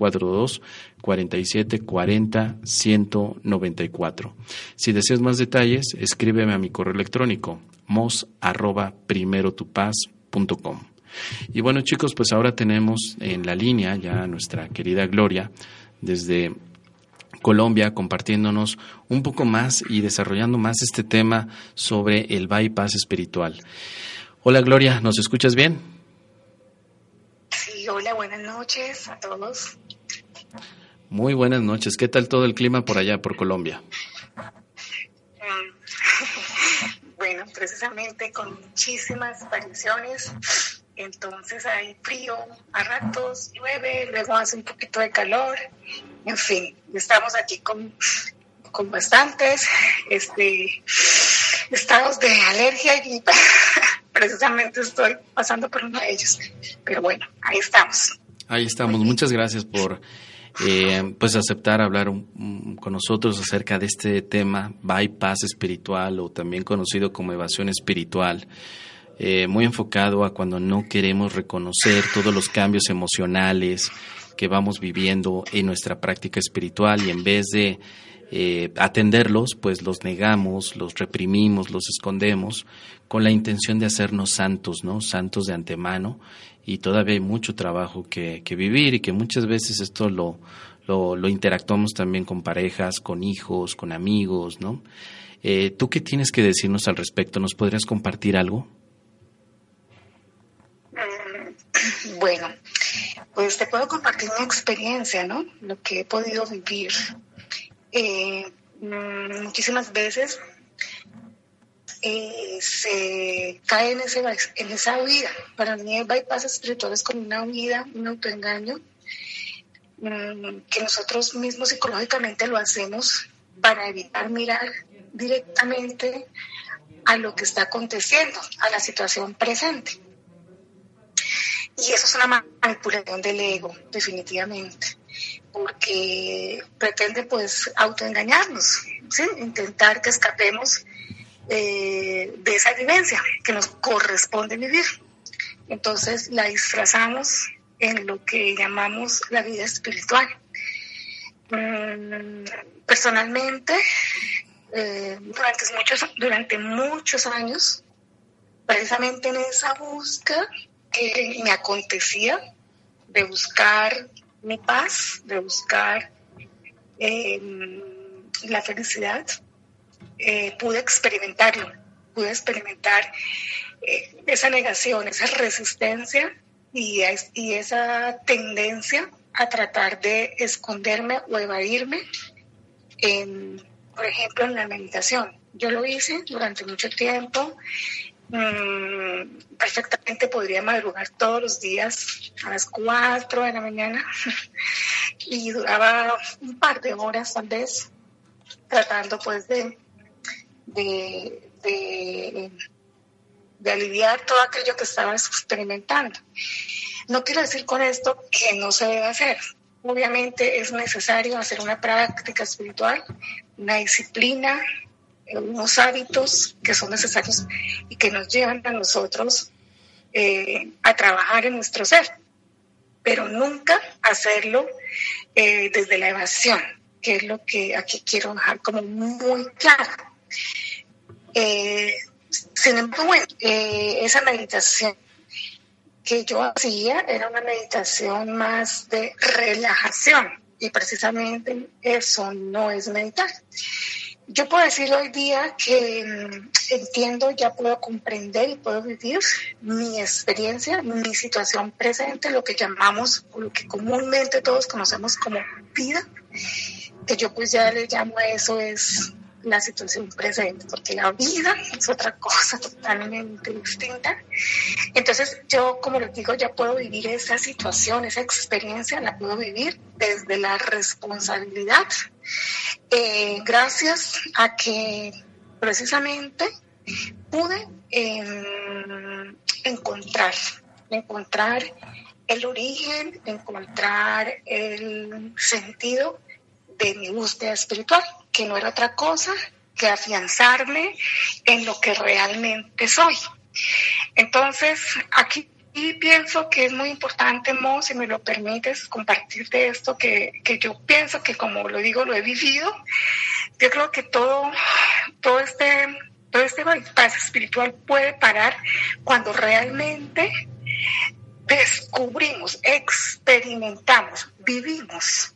442-4740-194. Si deseas más detalles, escríbeme a mi correo electrónico mos@primerotupaz.com. Y bueno, chicos, pues ahora tenemos en la línea ya a nuestra querida Gloria desde Colombia, compartiéndonos un poco más y desarrollando más este tema sobre el bypass espiritual. Hola Gloria, ¿nos escuchas bien?
Sí, hola, buenas noches a todos.
Muy buenas noches. ¿Qué tal todo el clima por allá, por Colombia?
Bueno, precisamente con muchísimas variaciones. Entonces hay frío, a ratos llueve, luego hace un poquito de calor. En fin, estamos aquí con bastantes estados de alergia y precisamente estoy pasando por uno de ellos. Pero bueno, ahí estamos.
Ahí estamos. Muchas gracias por pues aceptar hablar con nosotros acerca de este tema, bypass espiritual, o también conocido como evasión espiritual. Muy enfocado a cuando no queremos reconocer todos los cambios emocionales que vamos viviendo en nuestra práctica espiritual, y en vez de atenderlos, pues los negamos, los reprimimos, los escondemos, con la intención de hacernos santos, ¿no? Santos de antemano, y todavía hay mucho trabajo que vivir, y que muchas veces esto lo interactuamos también con parejas, con hijos, con amigos, ¿no? ¿Tú qué tienes que decirnos al respecto? ¿Nos podrías compartir algo?
Bueno, pues te puedo compartir mi experiencia, ¿no? Lo que he podido vivir. Muchísimas veces se cae en esa huida. Para mí el bypass espiritual es como una huida, un autoengaño, que nosotros mismos psicológicamente lo hacemos para evitar mirar directamente a lo que está aconteciendo, a la situación presente. Y eso es una manipulación del ego, definitivamente, porque pretende pues autoengañarnos, ¿sí? Intentar que escapemos de esa vivencia que nos corresponde vivir. Entonces la disfrazamos en lo que llamamos la vida espiritual. Personalmente, durante muchos años, precisamente en esa búsqueda que me acontecía, de buscar mi paz, de buscar la felicidad, pude experimentar esa negación, esa resistencia y esa tendencia a tratar de esconderme o evadirme, por ejemplo, en la meditación. Yo lo hice durante mucho tiempo. Perfectamente podría madrugar todos los días a las 4 de la mañana y duraba un par de horas tal vez tratando pues de aliviar todo aquello que estaba experimentando. No quiero decir con esto que no se debe hacer. Obviamente es necesario hacer una práctica espiritual, una disciplina, unos hábitos que son necesarios y que nos llevan a nosotros a trabajar en nuestro ser, pero nunca hacerlo desde la evasión, que es lo que aquí quiero dejar como muy claro. Sin embargo, bueno, esa meditación que yo hacía era una meditación más de relajación y precisamente eso no es meditar. Yo puedo decir hoy día que entiendo, ya puedo comprender y puedo vivir mi experiencia, mi situación presente, lo que llamamos, o lo que comúnmente todos conocemos como vida, que yo pues ya le llamo a eso es la situación presente, porque la vida es otra cosa totalmente distinta. Entonces yo, como les digo, ya puedo vivir esa situación, esa experiencia, la puedo vivir desde la responsabilidad, gracias a que precisamente pude encontrar el origen, encontrar el sentido de mi búsqueda espiritual, que no era otra cosa que afianzarme en lo que realmente soy. Entonces, aquí pienso que es muy importante, Mo, si me lo permites, compartirte esto que yo pienso que, como lo digo, lo he vivido. Yo creo que todo este bypass espiritual puede parar cuando realmente descubrimos, experimentamos, vivimos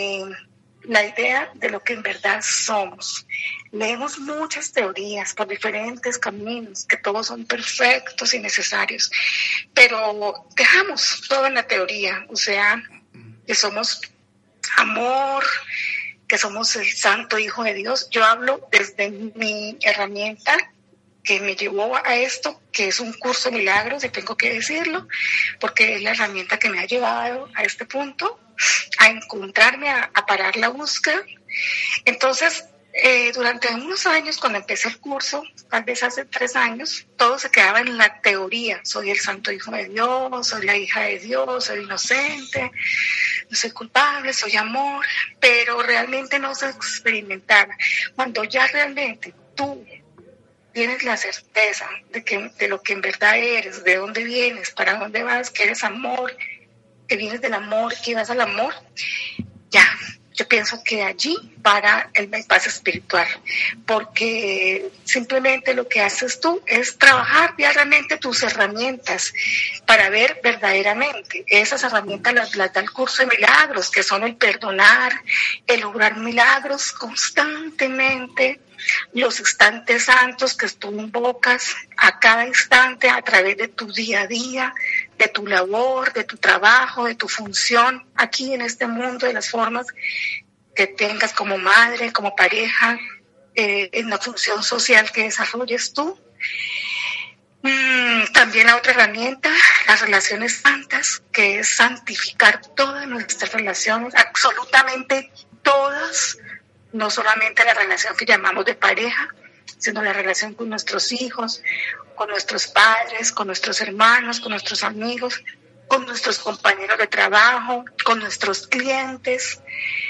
la idea de lo que en verdad somos. Leemos muchas teorías por diferentes caminos, que todos son perfectos y necesarios, pero dejamos todo en la teoría, o sea, que somos amor, que somos el Santo Hijo de Dios. Yo hablo desde mi herramienta que me llevó a esto, que es un curso de milagros, y tengo que decirlo, porque es la herramienta que me ha llevado a este punto, a encontrarme, a parar la búsqueda. Entonces, durante unos años, cuando empecé el curso, tal vez hace 3 años, todo se quedaba en la teoría. Soy el Santo Hijo de Dios, soy la hija de Dios, soy inocente, no soy culpable, soy amor, pero realmente no se experimentaba. Cuando ya realmente tú tienes la certeza de lo que en verdad eres, de dónde vienes, para dónde vas, que eres amor, que vienes del amor, que vas al amor, ya, yo pienso que allí para el bypass espiritual, porque simplemente lo que haces tú es trabajar diariamente tus herramientas para ver verdaderamente. Esas herramientas las da el curso de milagros, que son el perdonar, el lograr milagros constantemente, los instantes santos que tú invocas a cada instante a través de tu día a día, de tu labor, de tu trabajo, de tu función aquí en este mundo, de las formas que tengas como madre, como pareja, en la función social que desarrolles tú. También la otra herramienta, las relaciones santas, que es santificar todas nuestras relaciones, absolutamente todas, no solamente la relación que llamamos de pareja, sino la relación con nuestros hijos, con nuestros padres, con nuestros hermanos, con nuestros amigos, con nuestros compañeros de trabajo, con nuestros clientes,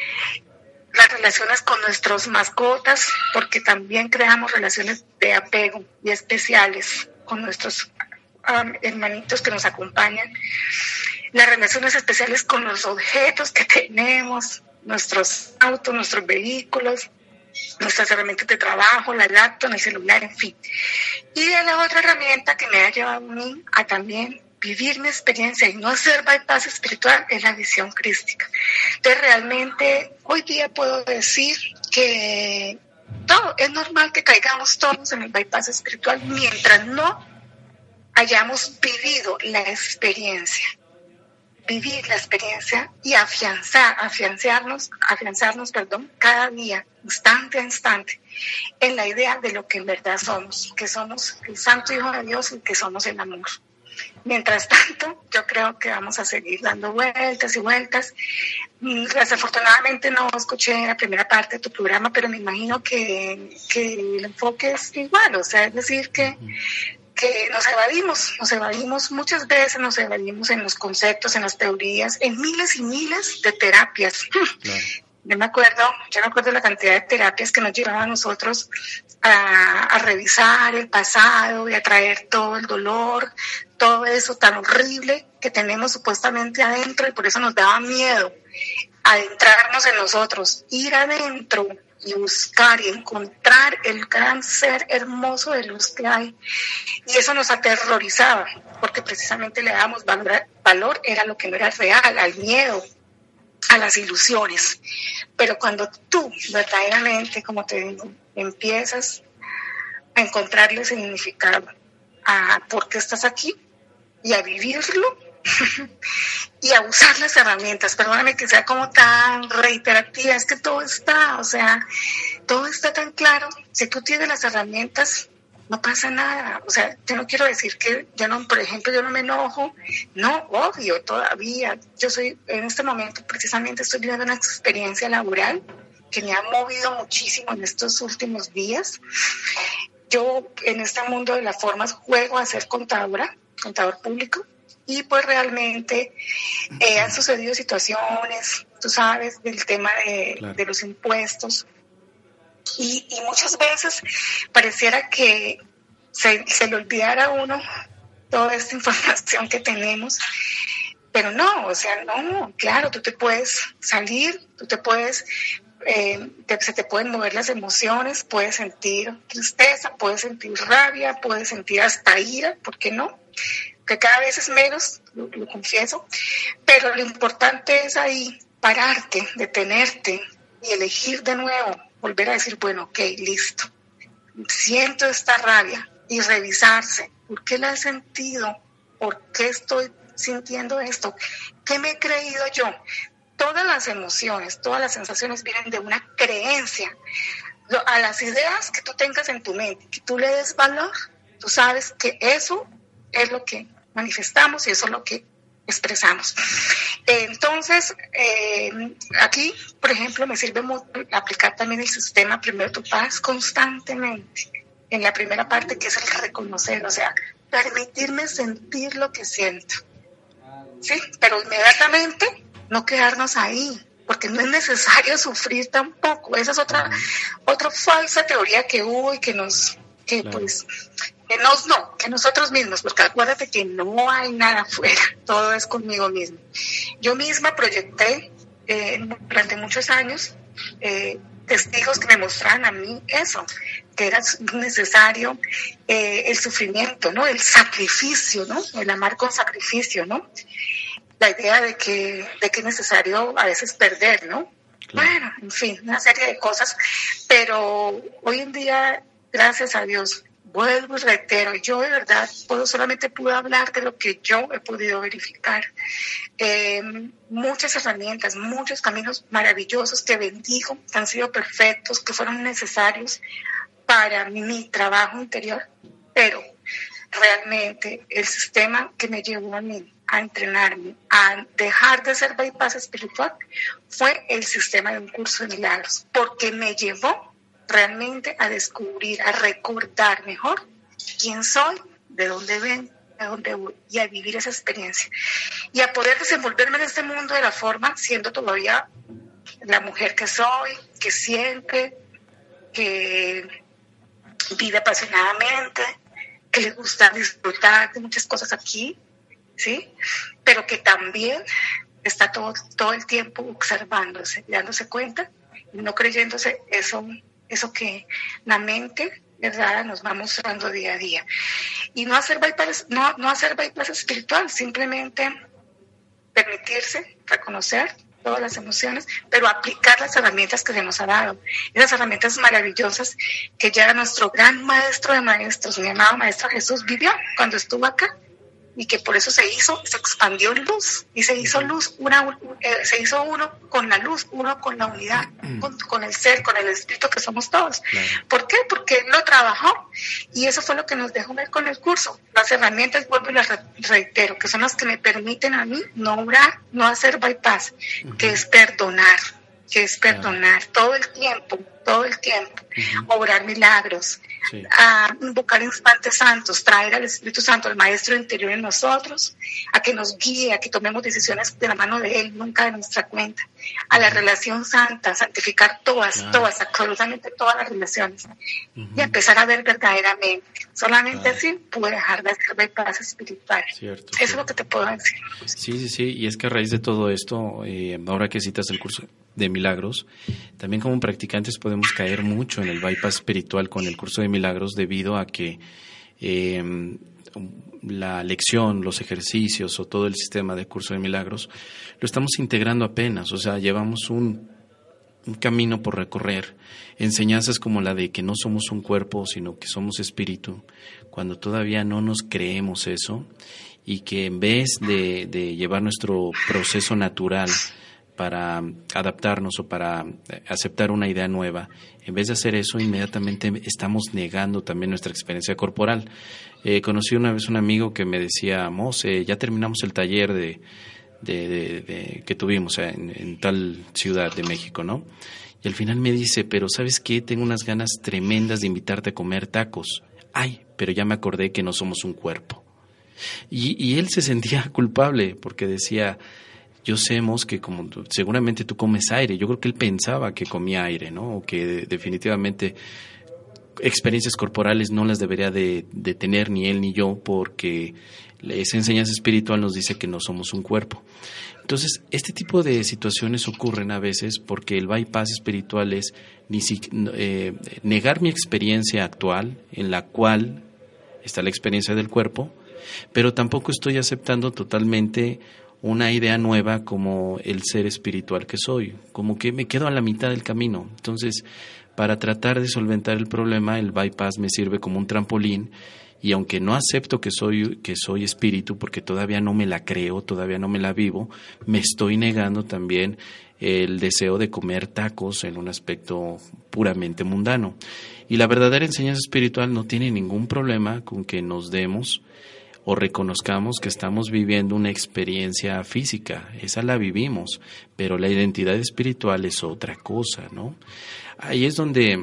las relaciones con nuestras mascotas, porque también creamos relaciones de apego y especiales con nuestros hermanitos que nos acompañan, las relaciones especiales con los objetos que tenemos, nuestros autos, nuestros vehículos, nuestras herramientas de trabajo, la laptop, el celular, en fin. Y de la otra herramienta que me ha llevado a mí a también vivir mi experiencia y no hacer bypass espiritual es la visión crística. Entonces realmente hoy día puedo decir que todo, es normal que caigamos todos en el bypass espiritual mientras no hayamos vivido la experiencia. Vivir la experiencia y afianzarnos cada día, instante a instante, en la idea de lo que en verdad somos, que somos el Santo Hijo de Dios y que somos el amor. Mientras tanto, yo creo que vamos a seguir dando vueltas y vueltas. Desafortunadamente no escuché la primera parte de tu programa, pero me imagino que el enfoque es igual, o sea, es decir, que nos evadimos muchas veces, nos evadimos en los conceptos, en las teorías, en miles y miles de terapias. Claro. Yo me acuerdo la cantidad de terapias que nos llevaban a nosotros a revisar el pasado y a traer todo el dolor, todo eso tan horrible que tenemos supuestamente adentro, y por eso nos daba miedo adentrarnos en nosotros, ir adentro y buscar y encontrar el gran ser hermoso de luz que hay. Y eso nos aterrorizaba, porque precisamente le dábamos valor, era lo que no era real, al miedo, a las ilusiones. Pero cuando tú verdaderamente, como te digo, empiezas a encontrarle significado a por qué estás aquí y a vivirlo y a usar las herramientas, perdóname que sea como tan reiterativa, es que todo está tan claro. Si tú tienes las herramientas, no pasa nada. O sea, yo no quiero decir que por ejemplo, yo no me enojo, no, obvio, todavía. En este momento precisamente estoy viviendo una experiencia laboral que me ha movido muchísimo en estos últimos días. Yo en este mundo de las formas juego a ser contador público, y pues realmente han sucedido situaciones, tú sabes, del tema de los impuestos, y muchas veces pareciera que se le olvidara a uno toda esta información que tenemos, pero no, o sea, no, claro, tú te puedes salir, tú te puedes... se te pueden mover las emociones, puedes sentir tristeza, puedes sentir rabia, puedes sentir hasta ira, ¿por qué no? Que cada vez es menos, lo confieso, pero lo importante es ahí pararte, detenerte y elegir de nuevo, volver a decir, bueno, ok, listo, siento esta rabia, y revisarse, ¿por qué la he sentido? ¿Por qué estoy sintiendo esto? ¿Qué me he creído yo? Todas las emociones, todas las sensaciones vienen de una creencia. A las ideas que tú tengas en tu mente, que tú le des valor, tú sabes que eso es lo que manifestamos y eso es lo que expresamos. Entonces, aquí, por ejemplo, me sirve mucho aplicar también el sistema Primero Tu Paz constantemente. En la primera parte, que es el reconocer, o sea, permitirme sentir lo que siento. ¿Sí? Pero inmediatamente no quedarnos ahí, porque no es necesario sufrir tampoco. Esa es otra falsa teoría que hubo y que nosotros mismos, porque acuérdate que no hay nada afuera, todo es conmigo mismo. Yo misma proyecté durante muchos años testigos que me mostraban a mí eso, que era necesario el sufrimiento, ¿no? El sacrificio, ¿no? El amar con sacrificio, ¿no? La idea de que es necesario a veces perder, ¿no? Claro. Bueno, en fin, una serie de cosas, pero hoy en día, gracias a Dios, vuelvo y reitero, yo de verdad solamente pude hablar de lo que yo he podido verificar. Muchas herramientas, muchos caminos maravillosos que bendigo, que han sido perfectos, que fueron necesarios para mi trabajo interior, pero realmente el sistema que me llevó a mí a entrenarme, a dejar de hacer bypass espiritual, fue el sistema de un curso de milagros, porque me llevó realmente a descubrir, a recordar mejor quién soy, de dónde vengo, a dónde voy, y a vivir esa experiencia. Y a poder desenvolverme en este mundo de la forma, siendo todavía la mujer que soy, que siente, que vive apasionadamente, que le gusta disfrutar de muchas cosas aquí, ¿sí? Pero que también está todo el tiempo observándose, dándose cuenta y no creyéndose eso que la mente errada nos va mostrando día a día. Y no hacer bypass espiritual, simplemente permitirse reconocer todas las emociones, pero aplicar las herramientas que se nos ha dado, esas herramientas maravillosas que ya nuestro gran maestro de maestros, mi amado Maestro Jesús, vivió cuando estuvo acá, y que por eso se expandió en luz, y se hizo luz, se hizo uno con la luz, uno con la unidad, con el ser, con el espíritu que somos todos. Claro. ¿Por qué? Porque él lo trabajó, y eso fue lo que nos dejó ver con el curso. Las herramientas, vuelvo y las reitero, que son las que me permiten a mí no obrar, no hacer bypass, que es perdonar, todo el tiempo, obrar milagros, a invocar instantes santos, traer al Espíritu Santo, al Maestro interior en nosotros, a que nos guíe, a que tomemos decisiones de la mano de Él, nunca de nuestra cuenta, a la relación santa, santificar todas, absolutamente todas las relaciones, y empezar a ver verdaderamente. Solamente así pude dejar de hacer bypass espiritual. Eso es lo que te puedo decir.
Sí, y es que a raíz de todo esto, ahora que citas el curso de milagros, también como practicantes podemos caer mucho en el bypass espiritual con el curso de milagros, debido a que la lección, los ejercicios o todo el sistema de curso de milagros lo estamos integrando apenas. O sea, llevamos un camino por recorrer, enseñanzas como la de que no somos un cuerpo sino que somos espíritu, cuando todavía no nos creemos eso, y que en vez de llevar nuestro proceso natural para adaptarnos o para aceptar una idea nueva, en vez de hacer eso, inmediatamente estamos negando también nuestra experiencia corporal. Conocí una vez un amigo que me decía: Mose, ya terminamos el taller de que tuvimos en tal ciudad de México, ¿no? Y al final me dice: pero ¿sabes qué? Tengo unas ganas tremendas de invitarte a comer tacos. Ay, pero ya me acordé que no somos un cuerpo. Y él se sentía culpable porque decía: yo sé, que como seguramente tú comes aire. Yo creo que él pensaba que comía aire, ¿no? O que definitivamente experiencias corporales no las debería de tener ni él ni yo, porque esa enseñanza espiritual nos dice que no somos un cuerpo. Entonces, este tipo de situaciones ocurren a veces porque el bypass espiritual es negar mi experiencia actual, en la cual está la experiencia del cuerpo, pero tampoco estoy aceptando totalmente una idea nueva como el ser espiritual que soy, como que me quedo a la mitad del camino. Entonces, para tratar de solventar el problema, el bypass me sirve como un trampolín, y aunque no acepto que soy espíritu, porque todavía no me la creo, todavía no me la vivo, me estoy negando también el deseo de comer tacos en un aspecto puramente mundano. Y la verdadera enseñanza espiritual no tiene ningún problema con que nos demos o reconozcamos que estamos viviendo una experiencia física. Esa la vivimos, pero la identidad espiritual es otra cosa, ¿no? Ahí es donde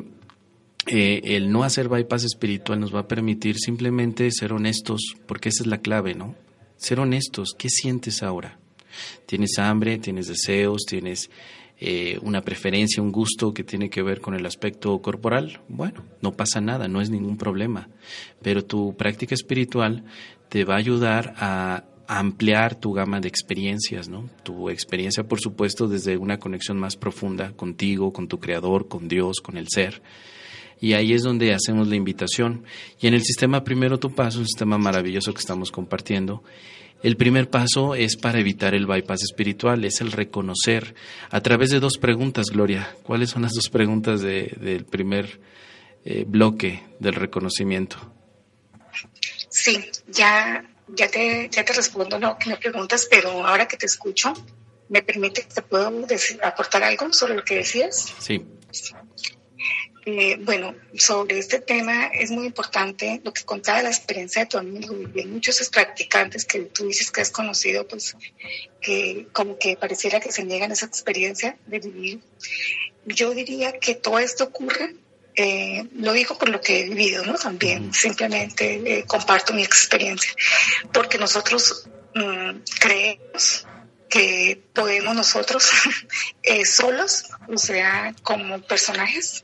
el no hacer bypass espiritual nos va a permitir simplemente ser honestos, porque esa es la clave, ¿no? Ser honestos. ¿Qué sientes ahora? ¿Tienes hambre? ¿Tienes deseos? ¿Tienes una preferencia, un gusto que tiene que ver con el aspecto corporal? Bueno, no pasa nada, no es ningún problema. Pero tu práctica espiritual te va a ayudar a ampliar tu gama de experiencias, ¿no? Tu experiencia, por supuesto, desde una conexión más profunda contigo, con tu Creador, con Dios, con el ser. Y ahí es donde hacemos la invitación. Y en el sistema Primero Tu Paso, un sistema maravilloso que estamos compartiendo, el primer paso es para evitar el bypass espiritual, es el reconocer a través de 2 preguntas, Gloria. ¿Cuáles son las 2 preguntas del primer bloque del reconocimiento?
Sí, ya te respondo lo que me preguntas, pero ahora que te escucho, ¿me permite que te puedo aportar algo sobre lo que decías?
Sí.
Bueno, sobre este tema es muy importante lo que contaba la experiencia de tu amigo y de muchos practicantes que tú dices que has conocido, pues que como que pareciera que se niegan esa experiencia de vivir. Yo diría que todo esto ocurre, lo digo por lo que he vivido, ¿no? También simplemente comparto mi experiencia, porque nosotros creemos que podemos nosotros solos, o sea, como personajes,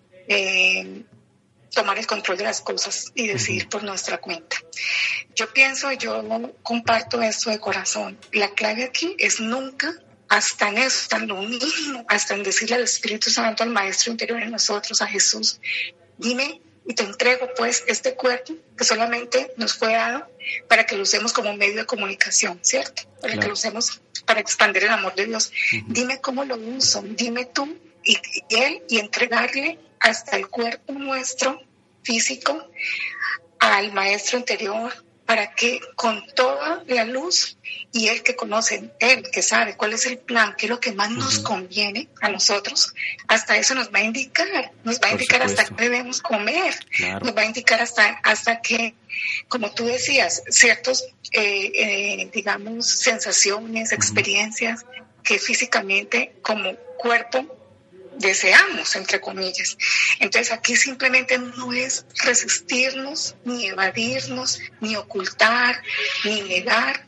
tomar el control de las cosas y decidir por nuestra cuenta. Yo comparto esto de corazón. La clave aquí es nunca, hasta en eso, hasta en lo mínimo, hasta en decirle al Espíritu Santo, al Maestro interior en nosotros, a Jesús, dime y te entrego pues este cuerpo que solamente nos fue dado para que lo usemos como medio de comunicación, ¿cierto? Para que lo usemos para expandir el amor de Dios. Dime cómo lo uso, dime tú y Él, y entregarle hasta el cuerpo nuestro físico al Maestro interior, para que con toda la luz, y Él que conoce, Él que sabe cuál es el plan, qué es lo que más nos conviene a nosotros, hasta eso nos va a indicar, hasta qué debemos comer, nos va a indicar hasta que, como tú decías, ciertos, digamos, sensaciones, experiencias que físicamente como cuerpo deseamos, entre comillas. Entonces aquí simplemente no es resistirnos, ni evadirnos, ni ocultar, ni negar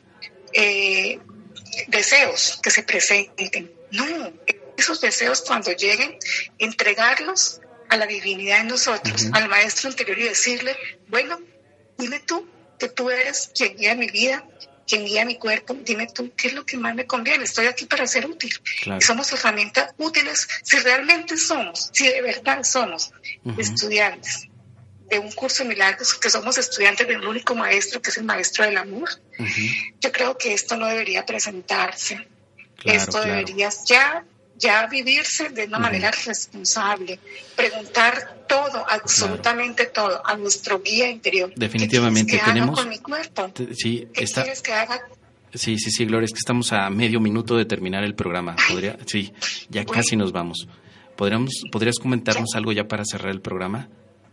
deseos que se presenten. No, esos deseos cuando lleguen, entregarlos a la divinidad en nosotros, al Maestro interior, y decirle, bueno, dime tú, que tú eres quien guía mi vida, quien guía mi cuerpo, dime tú qué es lo que más me conviene, estoy aquí para ser útil. Claro. Y somos herramientas útiles si realmente somos, si de verdad somos estudiantes de un curso de milagros, que somos estudiantes del único maestro, que es el Maestro del Amor. Yo creo que esto no debería presentarse, esto debería ya vivirse de una manera responsable, preguntar todo, absolutamente todo, a nuestro guía interior.
Definitivamente.
¿Qué tenemos haga con mi cuerpo?
Sí,
¿Qué quieres que haga?
Sí, Gloria, es que estamos a medio minuto de terminar el programa. Casi nos vamos. ¿Podrías comentarnos algo ya para cerrar el programa?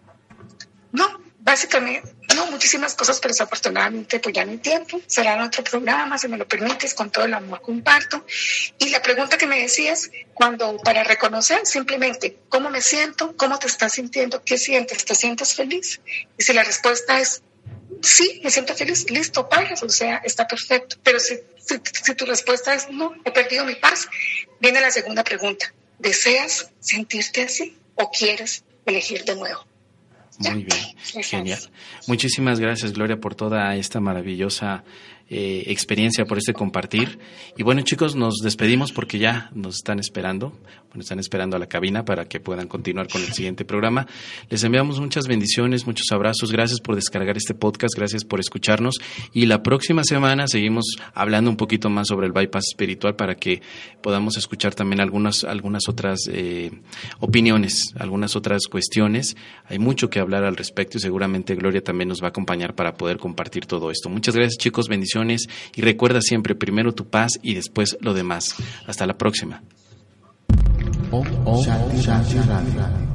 No, básicamente, muchísimas cosas, pero desafortunadamente pues ya no hay tiempo. Será en otro programa, si me lo permites, con todo el amor comparto. Y la pregunta que me decías, para reconocer simplemente cómo me siento, cómo te estás sintiendo, qué sientes, ¿te sientes feliz? Y si la respuesta es sí, me siento feliz, listo, pagas, o sea, está perfecto. Pero si tu respuesta es no, he perdido mi paz, viene la segunda pregunta. ¿Deseas sentirte así o quieres elegir de nuevo?
Muy bien, genial. Muchísimas gracias, Gloria, por toda esta maravillosa experiencia, por este compartir. Y bueno, chicos, nos despedimos porque ya nos están esperando. Están esperando a la cabina para que puedan continuar con el siguiente programa. Les enviamos muchas bendiciones, muchos abrazos. Gracias por descargar este podcast, gracias por escucharnos. Y la próxima semana seguimos hablando un poquito más sobre el bypass espiritual para que podamos escuchar también algunas otras opiniones, algunas otras cuestiones. Hay mucho que hablar al respecto y seguramente Gloria también nos va a acompañar para poder compartir todo esto. Muchas gracias, chicos, bendiciones. Y recuerda siempre, primero tu paz y después lo demás. Hasta la próxima.
Om Shanti Radio.